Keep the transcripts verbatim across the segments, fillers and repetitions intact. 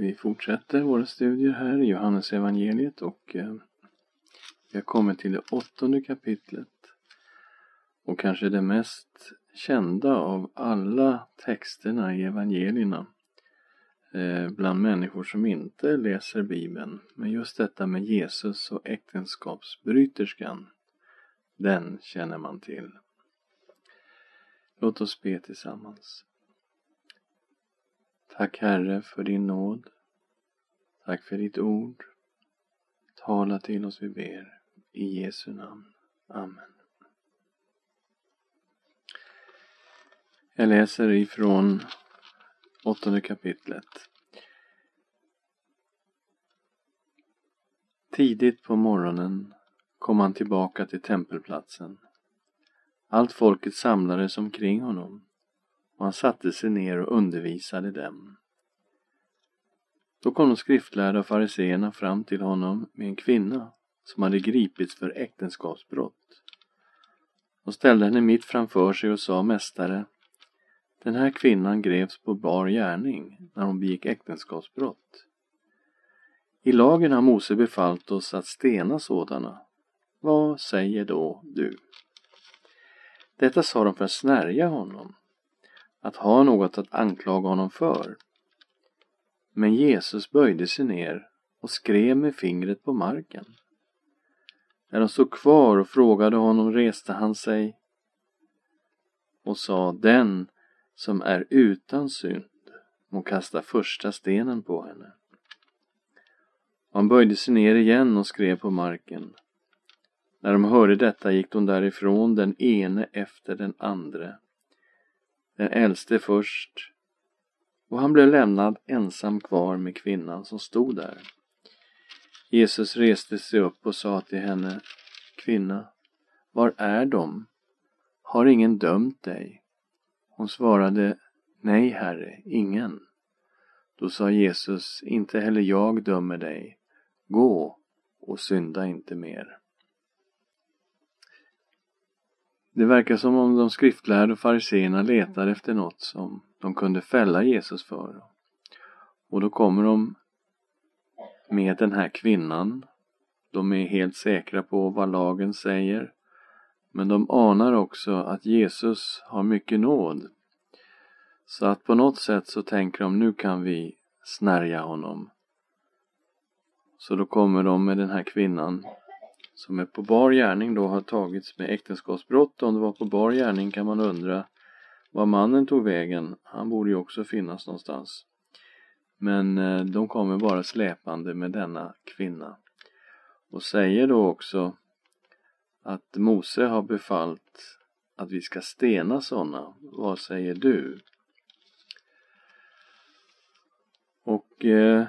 vi fortsätter våra studier här i Johannes evangeliet och eh, vi har kommit till det åttonde kapitlet och kanske det mest kända av alla texterna i evangelierna eh, bland människor som inte läser Bibeln. Men just detta med Jesus och äktenskapsbryterskan, den känner man till. Låt oss be tillsammans. Tack Herre för din nåd. Tack för ditt ord. Tala till oss, vi ber. I Jesu namn. Amen. Jag läser ifrån åttonde kapitlet. Tidigt på morgonen kom han tillbaka till tempelplatsen. Allt folket samlades omkring honom och han satte sig ner och undervisade dem. Då kom de skriftlärda och fariseerna fram till honom med en kvinna som hade gripits för äktenskapsbrott. De ställde henne mitt framför sig och sa: Mästare, den här kvinnan greps på bar gärning när hon begick äktenskapsbrott. I lagen har Mose befallt oss att stena sådana. Vad säger då du? Detta sa de för att snärja honom, att ha något att anklaga honom för. Men Jesus böjde sig ner och skrev med fingret på marken. När de stod kvar och frågade honom reste han sig och sa: Den som är utan synd må kasta första stenen på henne. Och han böjde sig ner igen och skrev på marken. När de hörde detta gick de därifrån, den ene efter den andre. Den äldste först, och han blev lämnad ensam kvar med kvinnan som stod där. Jesus reste sig upp och sa till henne: Kvinna, var är de? Har ingen dömt dig? Hon svarade: Nej, Herre, ingen. Då sa Jesus: Inte heller jag dömer dig. Gå och synda inte mer. Det verkar som om de skriftlärda och fariseerna letar efter något som de kunde fälla Jesus för. Och då kommer de med den här kvinnan. De är helt säkra på vad lagen säger. Men de anar också att Jesus har mycket nåd. Så att på något sätt så tänker de: nu kan vi snärja honom. Så då kommer de med den här kvinnan som är på bar gärning då har tagits med äktenskapsbrott. Om det var på bar gärning kan man undra var mannen tog vägen. Han borde ju också finnas någonstans. Men de kommer bara släpande med denna kvinna. Och säger då också att Mose har befallt att vi ska stena sådana. Vad säger du? Och eh,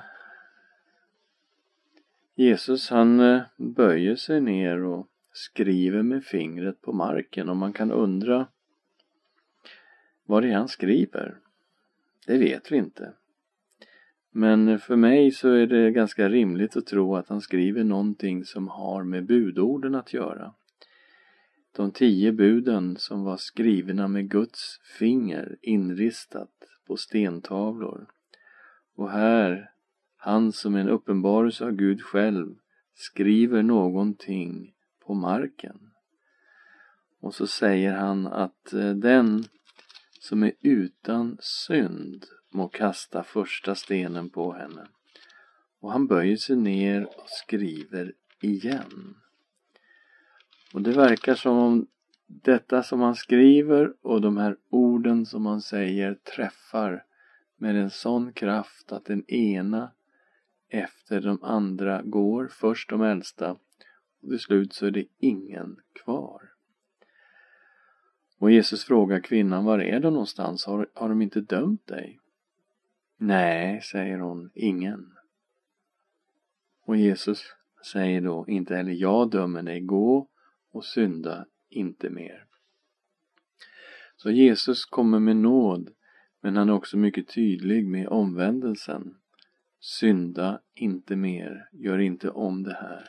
Jesus han eh, böjer sig ner och skriver med fingret på marken. Och man kan undra vad det är han skriver. Det vet vi inte. Men för mig så är det ganska rimligt att tro att han skriver någonting som har med budorden att göra. De tio buden som var skrivna med Guds finger inristat på stentavlor. Och här, han som är en uppenbarelse av Gud själv skriver någonting på marken. Och så säger han att den som är utan synd må kasta första stenen på henne. Och han böjer sig ner och skriver igen. Och det verkar som om detta som han skriver och de här orden som han säger träffar med en sån kraft att den ena efter de andra går, först de äldsta, och till slut så är det ingen kvar. Och Jesus frågar kvinnan: var är de någonstans? Har, har de inte dömt dig? Nej, säger hon, ingen. Och Jesus säger då: inte heller jag dömer dig, gå och synda inte mer. Så Jesus kommer med nåd, men han är också mycket tydlig med omvändelsen. Synda inte mer, gör inte om det här.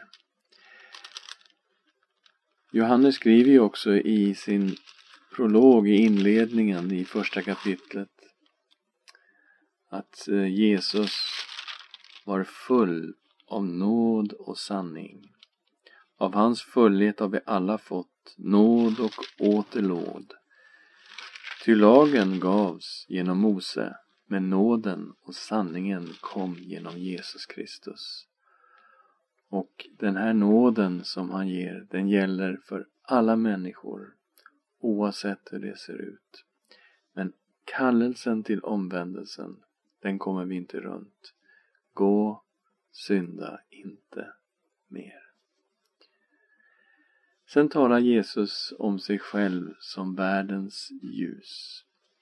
Johannes skriver ju också i sin prolog i inledningen i första kapitlet att Jesus var full av nåd och sanning. Av hans fullhet har vi alla fått nåd och åter nåd. Ty lagen gavs genom Mose, men nåden och sanningen kom genom Jesus Kristus. Och den här nåden som han ger, den gäller för alla människor, oavsett hur det ser ut. Men kallelsen till omvändelsen, den kommer vi inte runt. Gå, synda inte mer. Sen talar Jesus om sig själv som världens ljus.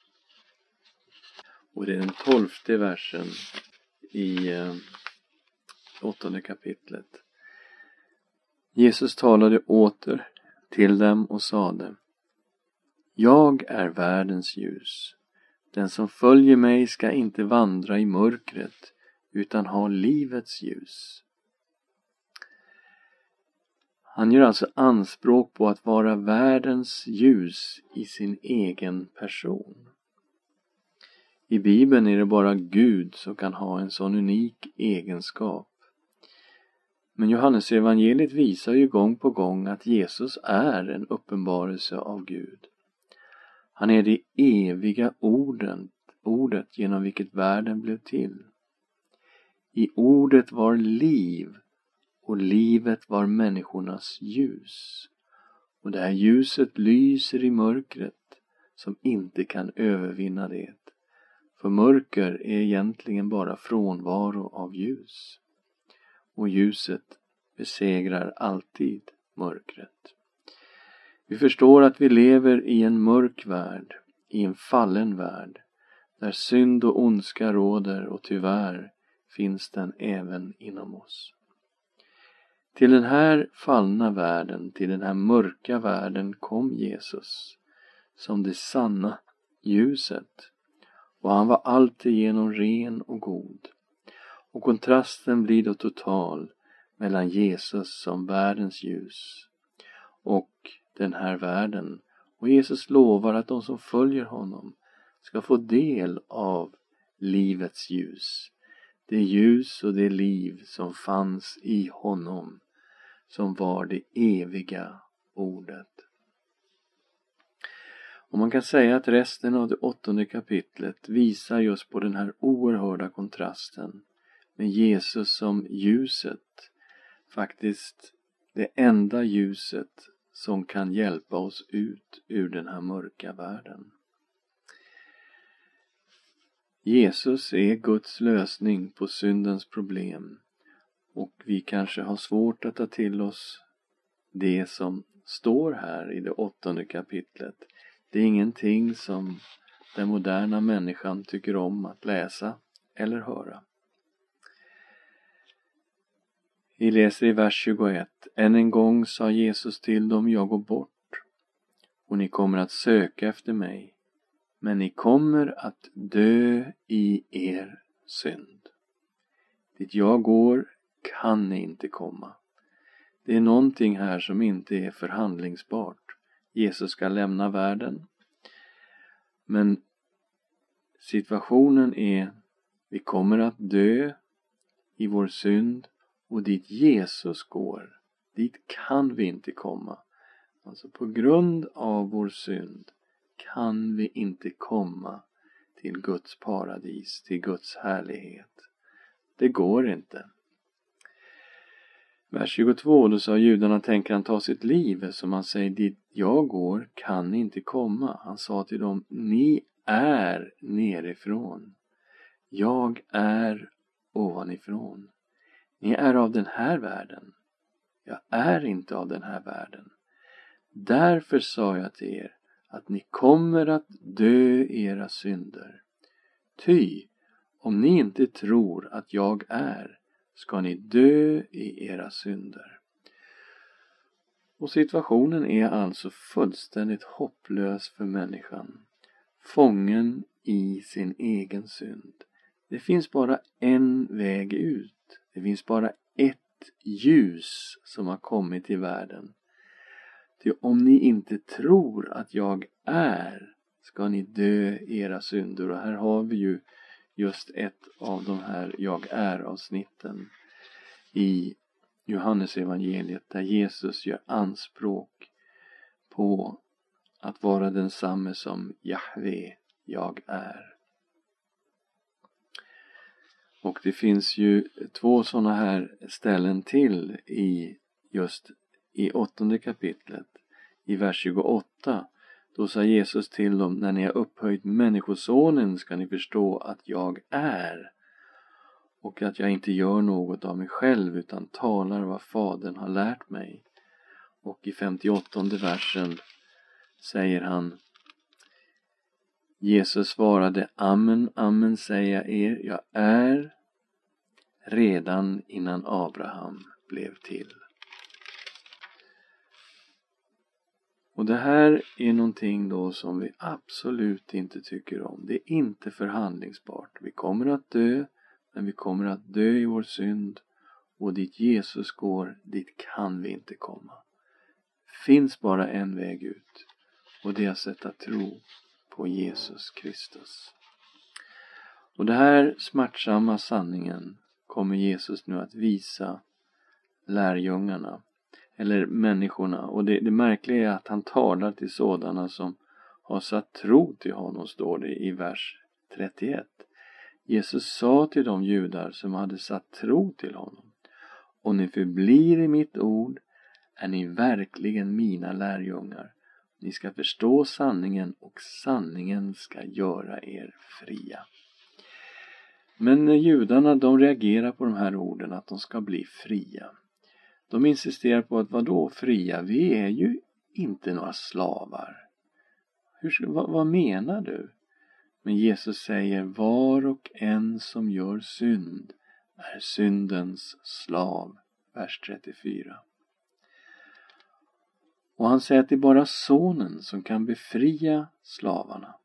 Och det är den tolfte versen i eh, åttonde kapitlet. Jesus talade åter till dem och sade: Jag är världens ljus. Den som följer mig ska inte vandra i mörkret, utan ha livets ljus. Han gör alltså anspråk på att vara världens ljus i sin egen person. I Bibeln är det bara Gud som kan ha en sån unik egenskap. Men Johannes evangeliet visar ju gång på gång att Jesus är en uppenbarelse av Gud. Han är det eviga orden, ordet genom vilket världen blev till. I ordet var liv, och livet var människornas ljus. Och det här ljuset lyser i mörkret som inte kan övervinna det. För mörker är egentligen bara frånvaro av ljus. Och ljuset besegrar alltid mörkret. Vi förstår att vi lever i en mörk värld, i en fallen värld, där synd och ondska råder, och tyvärr finns den även inom oss. Till den här fallna världen, till den här mörka världen kom Jesus som det sanna ljuset. Och han var alltigenom ren och god. Och kontrasten blir då total mellan Jesus som världens ljus och den här världen. Och Jesus lovar att de som följer honom ska få del av livets ljus. Det ljus och det liv som fanns i honom, som var det eviga ordet. Och man kan säga att resten av det åttonde kapitlet visar just på den här oerhörda kontrasten med Jesus som ljuset, faktiskt det enda ljuset som kan hjälpa oss ut ur den här mörka världen. Jesus är Guds lösning på syndens problem, och vi kanske har svårt att ta till oss det som står här i det åttonde kapitlet. Det är ingenting som den moderna människan tycker om att läsa eller höra. Vi läser i vers tjugoett. Än en gång sa Jesus till dem: jag går bort, och ni kommer att söka efter mig, men ni kommer att dö i er synd. Dit jag går kan ni inte komma. Det är någonting här som inte är förhandlingsbart. Jesus ska lämna världen. Men situationen är: vi kommer att dö i vår synd, och dit Jesus går, dit kan vi inte komma. Alltså på grund av vår synd kan vi inte komma till Guds paradis, till Guds härlighet. Det går inte. Vers tjugotvå, då sa judarna: tänker han ta sitt liv? Som han säger, dit jag går kan ni inte komma. Han sa till dem: ni är nerifrån. Jag är ovanifrån. Ni är av den här världen. Jag är inte av den här världen. Därför sa jag till er att ni kommer att dö i era synder. Ty om ni inte tror att jag är, ska ni dö i era synder. Och situationen är alltså fullständigt hopplös för människan. Fången i sin egen synd. Det finns bara en väg ut. Det finns bara ett ljus som har kommit till världen. Ty om ni inte tror att jag är, ska ni dö i era synder. Och här har vi ju just ett av de här jag är-avsnitten i Johannes evangeliet, där Jesus gör anspråk på att vara densamme som Jahve, jag är. Och det finns ju två sådana här ställen till i just i åttonde kapitlet, i vers tjugoåtta. Då sa Jesus till dem: när ni har upphöjt människosonen ska ni förstå att jag är, och att jag inte gör något av mig själv utan talar vad Fadern har lärt mig. Och i femtioåttonde versen säger han: Jesus svarade: amen, amen säger jag er, jag är redan innan Abraham blev till. Och det här är någonting då som vi absolut inte tycker om. Det är inte förhandlingsbart. Vi kommer att dö, men vi kommer att dö i vår synd. Och dit Jesus går, dit kan vi inte komma. Finns bara en väg ut. Och det är att sätta tro på Jesus Kristus. Och det här smärtsamma sanningen kommer Jesus nu att visa lärjungarna. Eller människorna. Och det, det märkliga är att han talar till sådana som har satt tro till honom, står det i vers trettioett. Jesus sa till de judar som hade satt tro till honom: om ni förblir i mitt ord är ni verkligen mina lärjungar. Ni ska förstå sanningen och sanningen ska göra er fria. Men judarna, de reagerar på de här orden att de ska bli fria. De insisterar på att vadå fria? Vi är ju inte några slavar. Hur, vad, vad menar du? Men Jesus säger: var och en som gör synd är syndens slav. Vers trettiofyra. Och han säger att det är bara sonen som kan befria slavarna.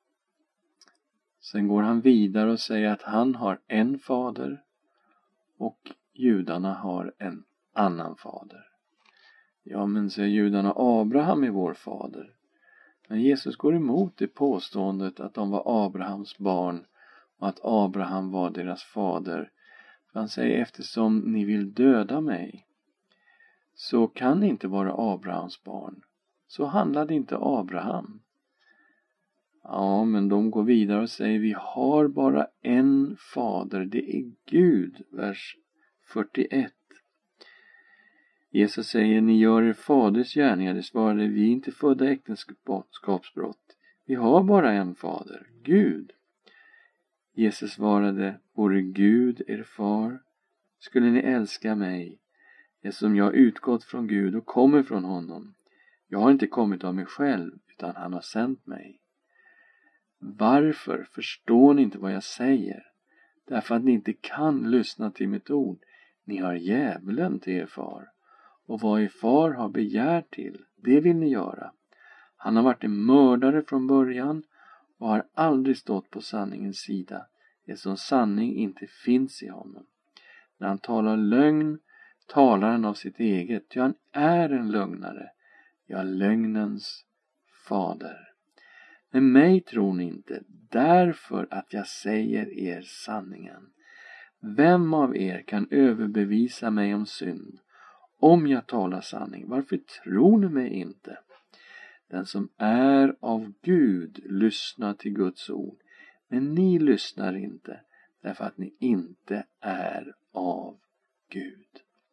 Sen går han vidare och säger att han har en fader och judarna har en annan fader. Ja, men säger judarna, Abraham är vår fader. Men Jesus går emot det påståendet att de var Abrahams barn och att Abraham var deras fader. Han säger: eftersom ni vill döda mig så kan ni inte vara Abrahams barn. Så handlade inte Abraham. Ja, men de går vidare och säger: vi har bara en fader, det är Gud. Vers fyrtioett. Jesus säger: ni gör er faders gärningar. Det svarade: vi är inte födda äktenskapsbrott. Vi har bara en fader, Gud. Jesus svarade: vore Gud er far, skulle ni älska mig, eftersom jag utgått från Gud och kommer från honom. Jag har inte kommit av mig själv, utan han har sänt mig. Varför förstår ni inte vad jag säger? Därför att ni inte kan lyssna till mitt ord. Ni har djävulen till er far. Och vad er far har begärt till, det vill ni göra. Han har varit en mördare från början och har aldrig stått på sanningens sida, eftersom sanning inte finns i honom. När han talar lögn talar han av sitt eget, ty han är en lögnare, ja, lögnens fader. Men mig tror ni inte, därför att jag säger er sanningen. Vem av er kan överbevisa mig om synd? Om jag talar sanning, varför tror ni mig inte? Den som är av Gud lyssnar till Guds ord. Men ni lyssnar inte, därför att ni inte är av Gud.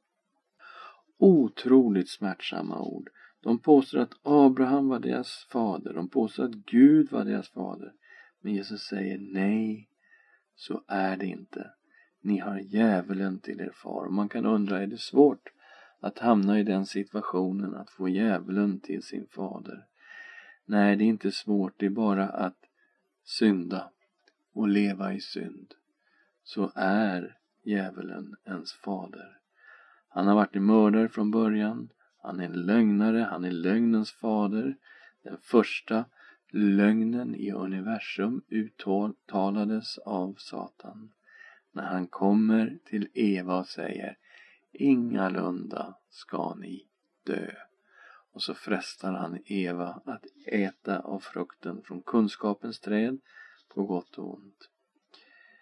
Otroligt smärtsamma ord. De påstår att Abraham var deras fader. De påstår att Gud var deras fader. Men Jesus säger: nej, så är det inte. Ni har djävulen till er far. Och man kan undra, är det svårt att hamna i den situationen, att få djävulen till sin fader? Nej, det är inte svårt. Det är bara att synda och leva i synd. Så är djävulen ens fader. Han har varit en mördare från början. Han är en lögnare. Han är lögnens fader. Den första lögnen i universum uttalades av Satan. När han kommer till Eva och säger: ingalunda ska ni dö. Och så frestar han Eva att äta av frukten från kunskapens träd på gott och ont.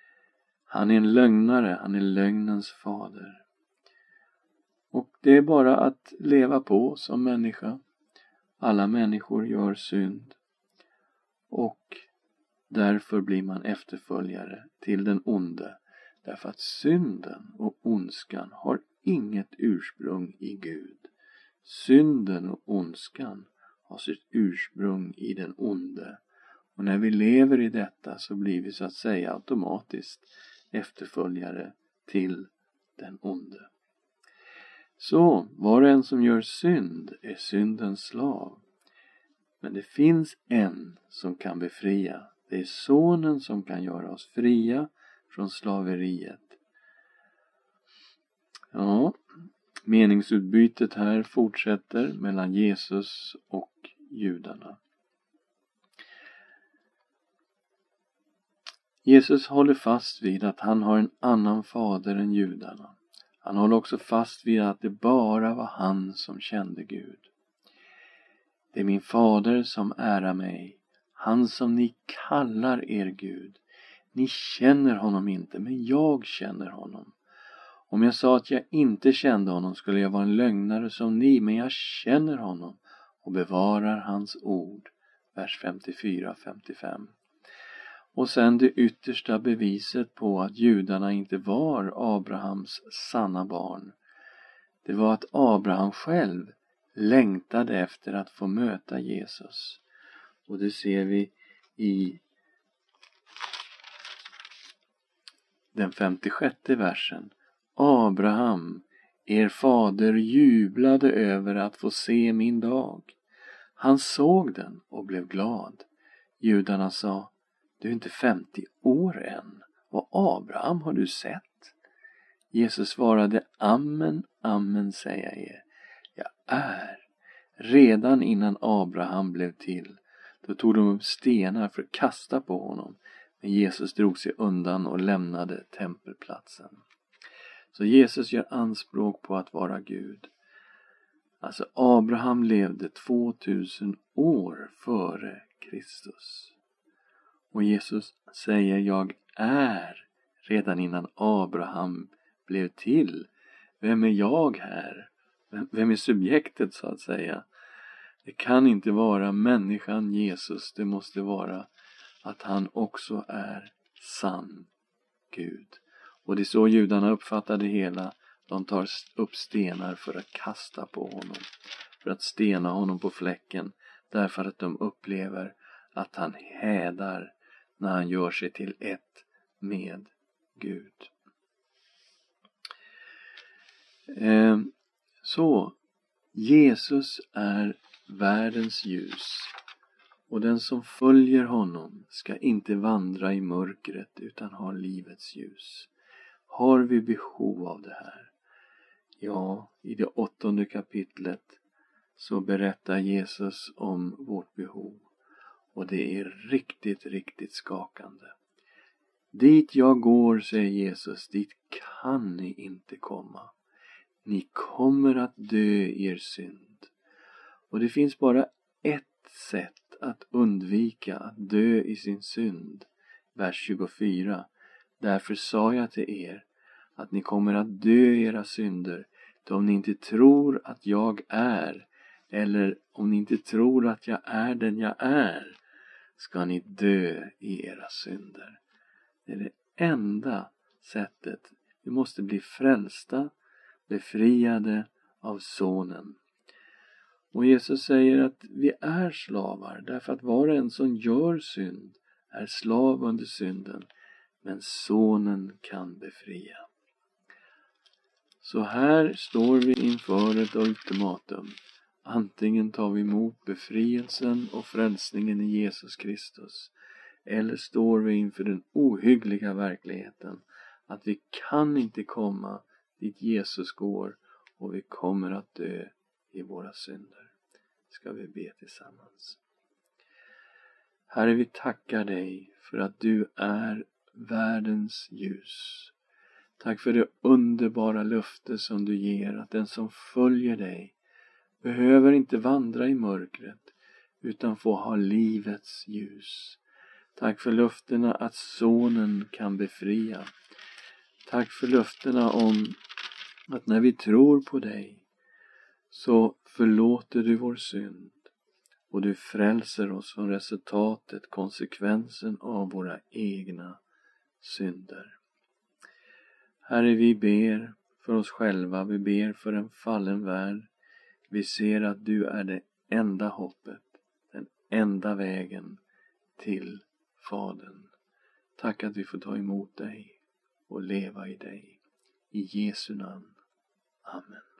Han är en lögnare, han är lögnens fader. Och det är bara att leva på som människa. Alla människor gör synd. Och därför blir man efterföljare till den onde. Därför att synden och ondskan har inget ursprung i Gud. Synden och ondskan har sitt ursprung i den onde. Och när vi lever i detta så blir vi så att säga automatiskt efterföljare till den onde. Så var och en som gör synd är syndens slav. Men det finns en som kan befria. Det är sonen som kan göra oss fria från slaveriet. Ja, meningsutbytet här fortsätter mellan Jesus och judarna. Jesus håller fast vid att han har en annan fader än judarna. Han håller också fast vid att det bara var han som kände Gud. Det är min fader som ärar mig, han som ni kallar er Gud. Ni känner honom inte, men jag känner honom. Om jag sa att jag inte kände honom skulle jag vara en lögnare som ni, men jag känner honom och bevarar hans ord. Vers femtiofyra femtiofem. Och sen det yttersta beviset på att judarna inte var Abrahams sanna barn. Det var att Abraham själv längtade efter att få möta Jesus. Och det ser vi i den femtiosjätte versen. Abraham, er fader, jublade över att få se min dag. Han såg den och blev glad. Judarna sa, du är inte femtio år än. Och Abraham har du sett? Jesus svarade, amen, amen säger jag er. Jag är. Redan innan Abraham blev till, då tog de upp stenar för att kasta på honom. Men Jesus drog sig undan och lämnade tempelplatsen. Så Jesus gör anspråk på att vara Gud. Alltså Abraham levde tvåtusen år före Kristus. Och Jesus säger, jag är redan innan Abraham blev till. Vem är jag här? Vem är subjektet så att säga? Det kan inte vara människan Jesus. Det måste vara att han också är sann Gud. Och det är så judarna uppfattar det hela. De tar upp stenar för att kasta på honom. För att stena honom på fläcken. Därför att de upplever att han hädar när han gör sig till ett med Gud. Eh, så, Jesus är världens ljus. Och den som följer honom ska inte vandra i mörkret utan ha livets ljus. Har vi behov av det här? Ja, i det åttonde kapitlet så berättar Jesus om vårt behov. Och det är riktigt, riktigt skakande. Dit jag går, säger Jesus, dit kan ni inte komma. Ni kommer att dö i er synd. Och det finns bara ett sätt att undvika att dö i sin synd. Vers tjugofyra. Därför sa jag till er att ni kommer att dö i era synder. Då om ni inte tror att jag är, eller om ni inte tror att jag är den jag är, ska ni dö i era synder. Det är det enda sättet. Vi måste bli frälsta, befriade av sonen. Och Jesus säger att vi är slavar därför att var och en som gör synd är slav under synden. Men sonen kan befria. Så här står vi inför ett ultimatum. Antingen tar vi emot befrielsen och frälsningen i Jesus Kristus. Eller står vi inför den ohyggliga verkligheten att vi kan inte komma dit Jesus går och vi kommer att dö i våra synder. Ska vi be tillsammans. Herre, vi tackar dig för att du är världens ljus. Tack för det underbara löfte som du ger att den som följer dig behöver inte vandra i mörkret utan få ha livets ljus. Tack för löftena att sonen kan befria. Tack för löftena om att när vi tror på dig så förlåter du vår synd och du frälser oss från resultatet, konsekvensen av våra egna synder. Herre, vi ber för oss själva, vi ber för en fallen värld. Vi ser att du är det enda hoppet, den enda vägen till Fadern. Tack att vi får ta emot dig och leva i dig. I Jesu namn. Amen.